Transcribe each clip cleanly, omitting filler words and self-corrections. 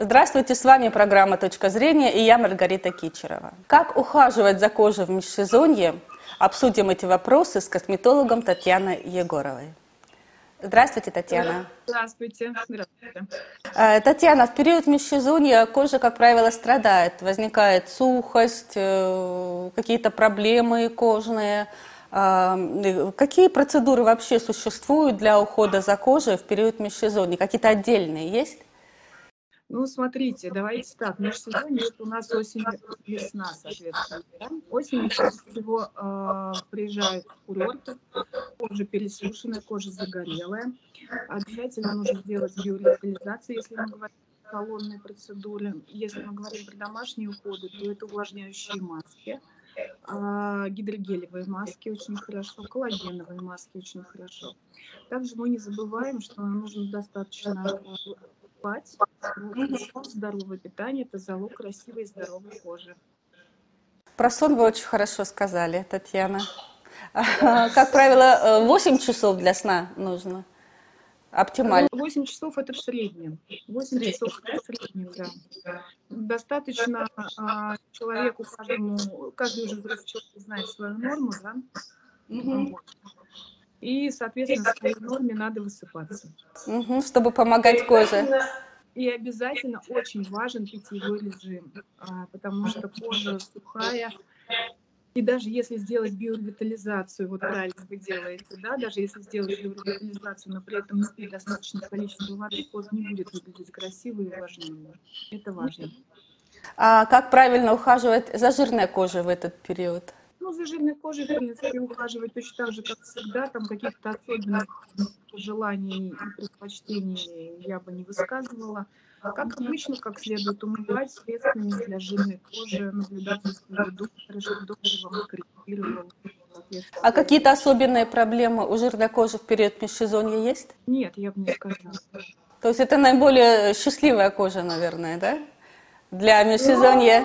Здравствуйте, с вами программа «Точка зрения» и я Маргарита Кичерова. Как ухаживать за кожей в межсезонье? Обсудим эти вопросы с косметологом Татьяной Егоровой. Здравствуйте, Татьяна. Здравствуйте. Здравствуйте. Татьяна, в период межсезонья кожа, как правило, страдает. Возникает сухость, какие-то проблемы кожные. Какие процедуры вообще существуют для ухода за кожей в период межсезонья? Какие-то отдельные есть? Ну, смотрите, давайте так. Межсезонье это у нас осень, весна, соответственно. Да? Осенью чаще всего приезжают курорты, кожа пересушенная, кожа загорелая. Обязательно нужно сделать биоревитализацию, если мы говорим о салонной процедуре. Если мы говорим про домашние уходы, то это увлажняющие маски. Гидрогелевые маски очень хорошо, коллагеновые маски очень хорошо. Также мы не забываем, что нужно достаточно спать. Здоровое питание – это залог красивой и здоровой кожи. Про сон вы очень хорошо сказали, Татьяна. Как правило, 8 часов для сна нужно. Оптимально. 8 часов – это в среднем. 8 часов – это в среднем, да. Достаточно человеку, каждый уже взрослый человек знает свою норму, да? И, соответственно, в своей норме надо высыпаться. Чтобы помогать коже. И обязательно очень важен питьевой режим, потому что кожа сухая. И даже если сделать биоревитализацию, вот правильно вы делаете, да, даже если сделать биоревитализацию, но при этом не пить достаточное количество воды, кожа не будет выглядеть красивой и увлажненной. Это важно. А как правильно ухаживать за жирной кожей в этот период? Ну, за жирной кожей, в принципе, ухаживать точно так же, как всегда. Там каких-то особенных желаний и предпочтений я бы не высказывала. Как обычно, как следует умывать средствами для жирной кожи, наблюдать за своего доктора, чтобы доктор вам корректировал. А какие-то особенные проблемы у жирной кожи в период межсезонья есть? Нет, я бы не сказала. То есть это наиболее счастливая кожа, наверное, да? Для межсезонья.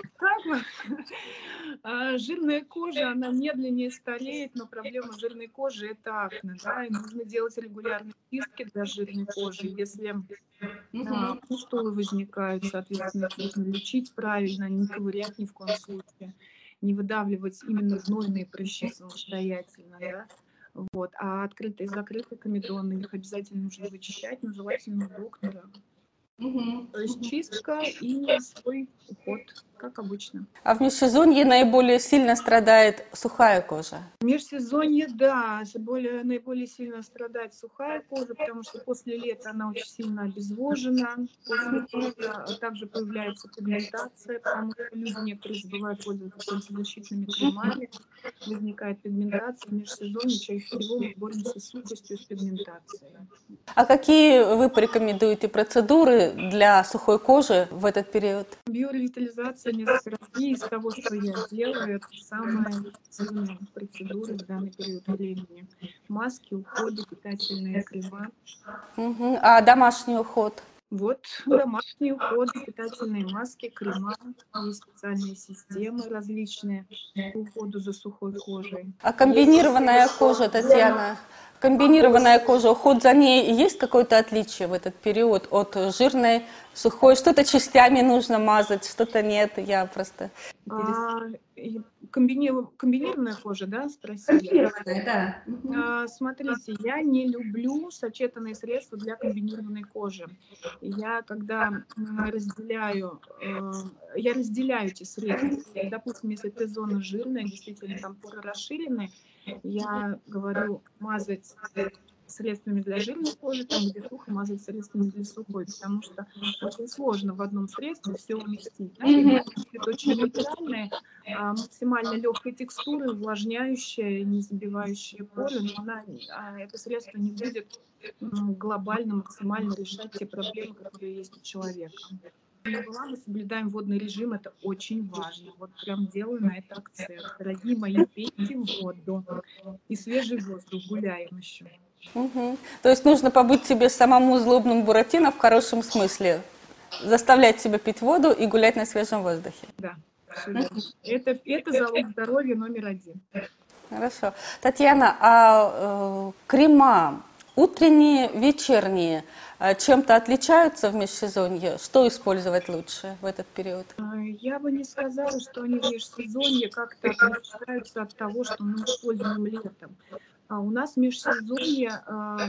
Жирная кожа, она медленнее стареет, но проблема жирной кожи – это акне, да, и нужно делать регулярные чистки для жирной кожи. Если пустулы возникают, соответственно, их нужно лечить правильно, не ковырять ни в коем случае, не выдавливать именно гнойные прыщи самостоятельно, да. Вот. А открытые и закрытые комедоны, их обязательно нужно вычищать, но желательно у доктора. То есть чистка и свой уход, как обычно. А в межсезонье наиболее сильно страдает сухая кожа? В межсезонье, да, наиболее сильно страдает сухая кожа, потому что после лета она очень сильно обезвожена. После лета также появляется пигментация, потому что люди некоторые забывают пользоваться солнцезащитными кремами. Возникает пигментация. В межсезонье чаще всего мы боремся с сухостью, с пигментацией. А какие вы порекомендуете процедуры для сухой кожи в этот период? Биоревитализация несколько раз. И из того, что я делаю, это самая сильная процедура в данный период времени. Маски, уходы, питательные крема. А домашний уход? Вот домашние уходы, питательные маски, крема, есть специальные системы различные по уходу за сухой кожей. А комбинированная кожа, Татьяна? Комбинированная кожа, уход за ней, есть какое-то отличие в этот период от жирной, сухой? Что-то частями нужно мазать, что-то нет? Я просто... Комбинированная кожа, да, спросили? Да. Смотрите, я не люблю сочетанные средства для комбинированной кожи. Я разделяю эти средства. Допустим, если Т-зона жирная, действительно там поры расширены, я говорю мазать средствами для жирной кожи, там где сухо, мазать средствами для сухой, потому что очень сложно в одном средстве все уместить. Да? Это очень нейтральное, максимально легкой текстуры, увлажняющее, не забивающее поры, но это средство не будет глобально, максимально решать те проблемы, которые есть у человека. Мы соблюдаем водный режим, это очень важно. Вот прям делаю на это акцент. Дорогие мои, пейте воду и свежий воздух, гуляем еще. То есть нужно побыть себе самому злобным Буратино в хорошем смысле. Заставлять себя пить воду и гулять на свежем воздухе. Да, это залог здоровья номер один. Хорошо. Татьяна, а крема утренние, вечерние, чем-то отличаются в межсезонье? Что использовать лучше в этот период? Я бы не сказала, что они в межсезонье как-то отличаются от того, что мы используем летом. У нас в межсезонье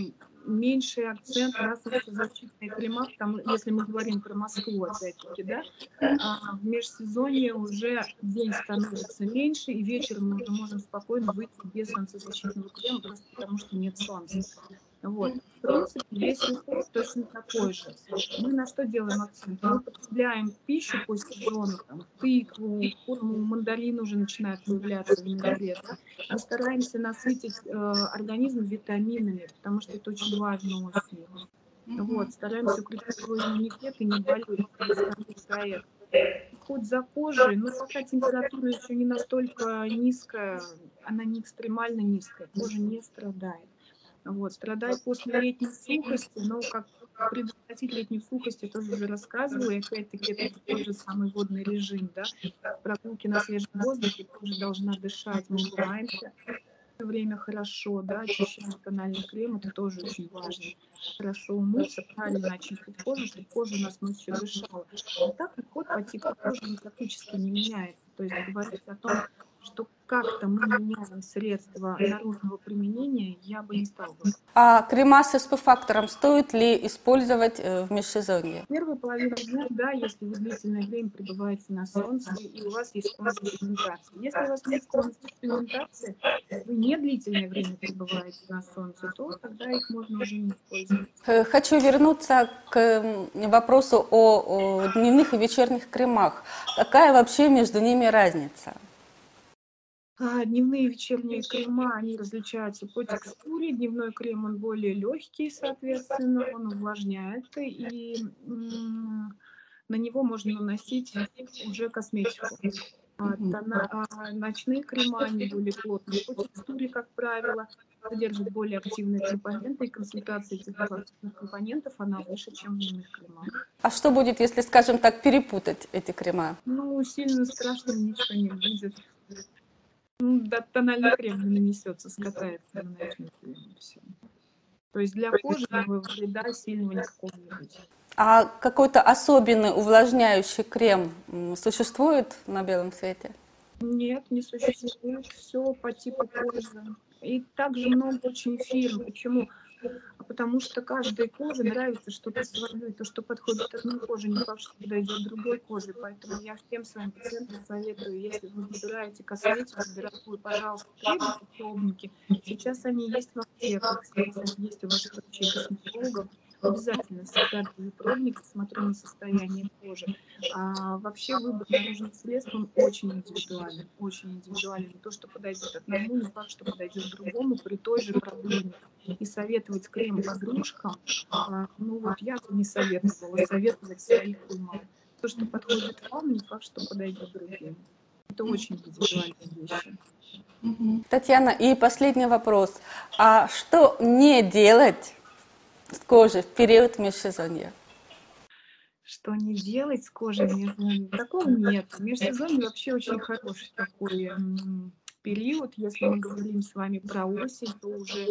меньший акцент на солнцезащитные крема, если мы говорим про Москву, опять-таки, да, в межсезонье уже день становится меньше, и вечером мы уже можем спокойно выйти без солнцезащитного крема, просто потому что нет солнца. Вот. В принципе, весь уход точно такой же. Мы на что делаем акцент? Мы употребляем пищу по сезону, там, тыкву, хурму, мандарин уже начинают появляться в ноябре. Да? Мы стараемся насытить организм витаминами, потому что это очень важно осенью. Вот, стараемся укрепить свой иммунитет и не болеть, это основной проект. Уход за кожей, но пока температура еще не настолько низкая, она не экстремально низкая, кожа не страдает. Вот, страдает после летней сухости, но как предотвратить летнюю сухость, я тоже уже рассказывала, и опять-таки это тот же самый водный режим, да, прогулки на свежем воздухе, кожа должна дышать, мы умываемся время хорошо, да, очищаем тональный крем, это тоже очень важно. Хорошо умыться, правильно очистить кожу, чтобы кожа у нас ночью дышала. А так уход по типу кожи практически не меняется. То есть говорить о том, что как-то мы меняем средства наружного применения, я бы не стала бы. А крема с СП-фактором стоит ли использовать в межсезонье? Первую половину дня, да, если вы длительное время пребываете на солнце и у вас есть склонность к пигментации. Если у вас нет склонности к пигментации, вы не длительное время пребываете на солнце, то тогда их можно уже не использовать. Хочу вернуться к вопросу о дневных и вечерних кремах. Какая вообще между ними разница? Дневные и вечерние крема, они различаются по текстуре. Дневной крем, он более легкий, соответственно, он увлажняет, и на него можно наносить уже косметику. Ночные крема, они более плотные по текстуре, как правило, содержат более активные компоненты, и концентрация этих активных компонентов, она выше, чем в дневных кремах. А что будет, если, скажем так, перепутать эти крема? Ну, сильно страшного ничего не будет. Да, тональный крем не нанесется, скатается на ночной крем, и всё. То есть для кожи вреда сильного никакого не будет. А какой-то особенный увлажняющий крем существует на белом свете? Нет, не существует. Все по типу кожи. И также много очень фирм. Почему? Потому что каждой коже нравится что-то свое. И то, что подходит одной коже, не факт, что подойдет другой коже. Поэтому я всем своим пациентам советую, если вы выбираете косметику дорогую, пожалуйста, требуйте пробники. Сейчас они есть в аптеках, сейчас они есть у ваших врачей-косметологов. Обязательно всегда даю пробник, смотрю на состояние кожи. Вообще выбор наружных средств, он очень индивидуален, очень индивидуален. То, что подойдет одному, не факт, что подойдет другому при той же проблеме. И советовать крем подружкам, ну вот я бы не советовала советовать своих кремов. То, что подходит вам, не факт, что подойдет другим. Это очень индивидуальные вещи. Татьяна, и последний вопрос. А что не делать с кожей в период межсезонья? Что не делать с кожей в межсезонье? Такого нет. Межсезонье вообще очень хороший такой период. Если мы говорим с вами про осень, то уже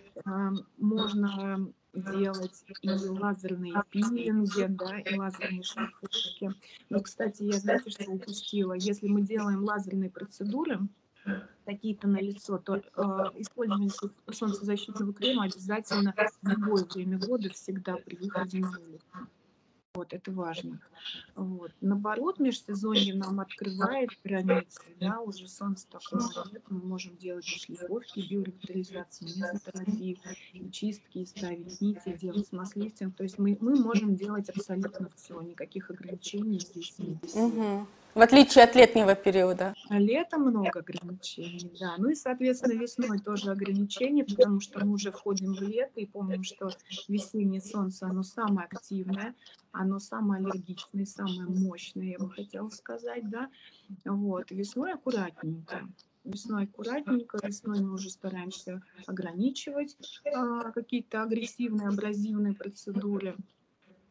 можно делать и лазерные пилинги, да, и лазерные шлифовки. Но, кстати, я, знаете, что упустила? Если мы делаем лазерные процедуры, какие-то на лицо, то использование солнцезащитного крема обязательно в любое время года, всегда при выходе на улицу. Вот, это важно. Вот. Наоборот, межсезонье нам открывает границы, да, уже солнца такого нет, мы можем делать и шлифовки, и биоревитализацию, и мезотерапию, и чистки, и ставить нити, и делать масс-лифтинг. То есть мы можем делать абсолютно все, никаких ограничений здесь нет. Угу. В отличие от летнего периода. Летом много ограничений, да. Ну и, соответственно, весной тоже ограничения, потому что мы уже входим в лето и помним, что весеннее солнце, оно самое активное, оно самое аллергичное, самое мощное, я бы хотела сказать, да. Вот. Весной аккуратненько. Весной аккуратненько, весной мы уже стараемся ограничивать какие-то агрессивные, абразивные процедуры.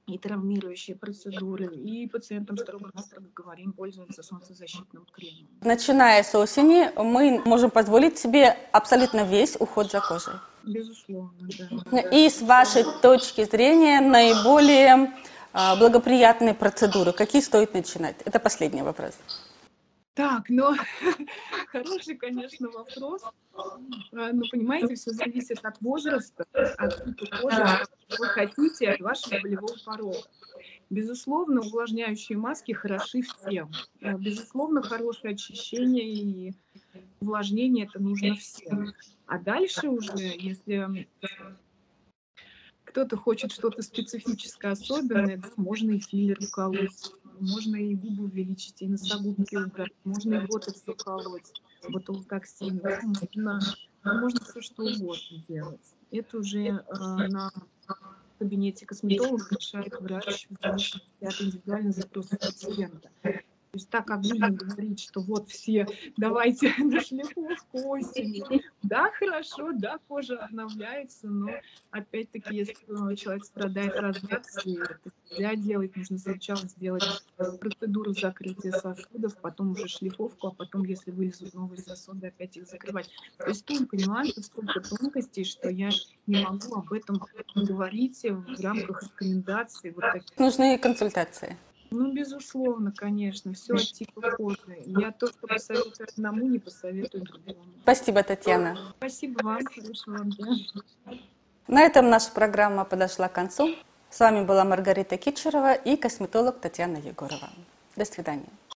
и травмирующие процедуры, и пациентам строго-настрого говорим пользоваться солнцезащитным кремом. Начиная с осени мы можем позволить себе абсолютно весь уход за кожей. Безусловно, да. И с вашей точки зрения наиболее благоприятные процедуры, какие стоит начинать? Это последний вопрос. Так, ну, хороший, конечно, вопрос. Но, понимаете, все зависит от возраста, от типа кожи, что вы хотите, от вашего болевого порога. Безусловно, увлажняющие маски хороши всем. Безусловно, хорошее очищение и увлажнение это нужно всем. А дальше уже, если кто-то хочет что-то специфическое, особенное, да, можно и филлер уколоть, можно и губы увеличить, и носогубки убрать, можно и ботокс уколоть, ботулотоксин, да, можно все что угодно делать. Это уже на кабинете косметолога решает врач в зависимости от индивидуальных запросов пациента. То есть так огульно говорить, что вот все, давайте на шлифовку осенью. Да, хорошо, да, кожа обновляется, но опять-таки, если человек страдает розацией, это нельзя делать, нужно сначала сделать процедуру закрытия сосудов, потом уже шлифовку, а потом, если вылезут новые сосуды, опять их закрывать. То есть столько нюансов, столько тонкостей, что я не могу об этом говорить в рамках рекомендаций вот таких. Нужны консультации. Ну, безусловно, конечно, все от типа кожи. Я то, что посоветую одному, не посоветую другому. Спасибо, Татьяна. Спасибо вам, хорошего вам дня. На этом наша программа подошла к концу. С вами была Маргарита Кичерова и косметолог Татьяна Егорова. До свидания.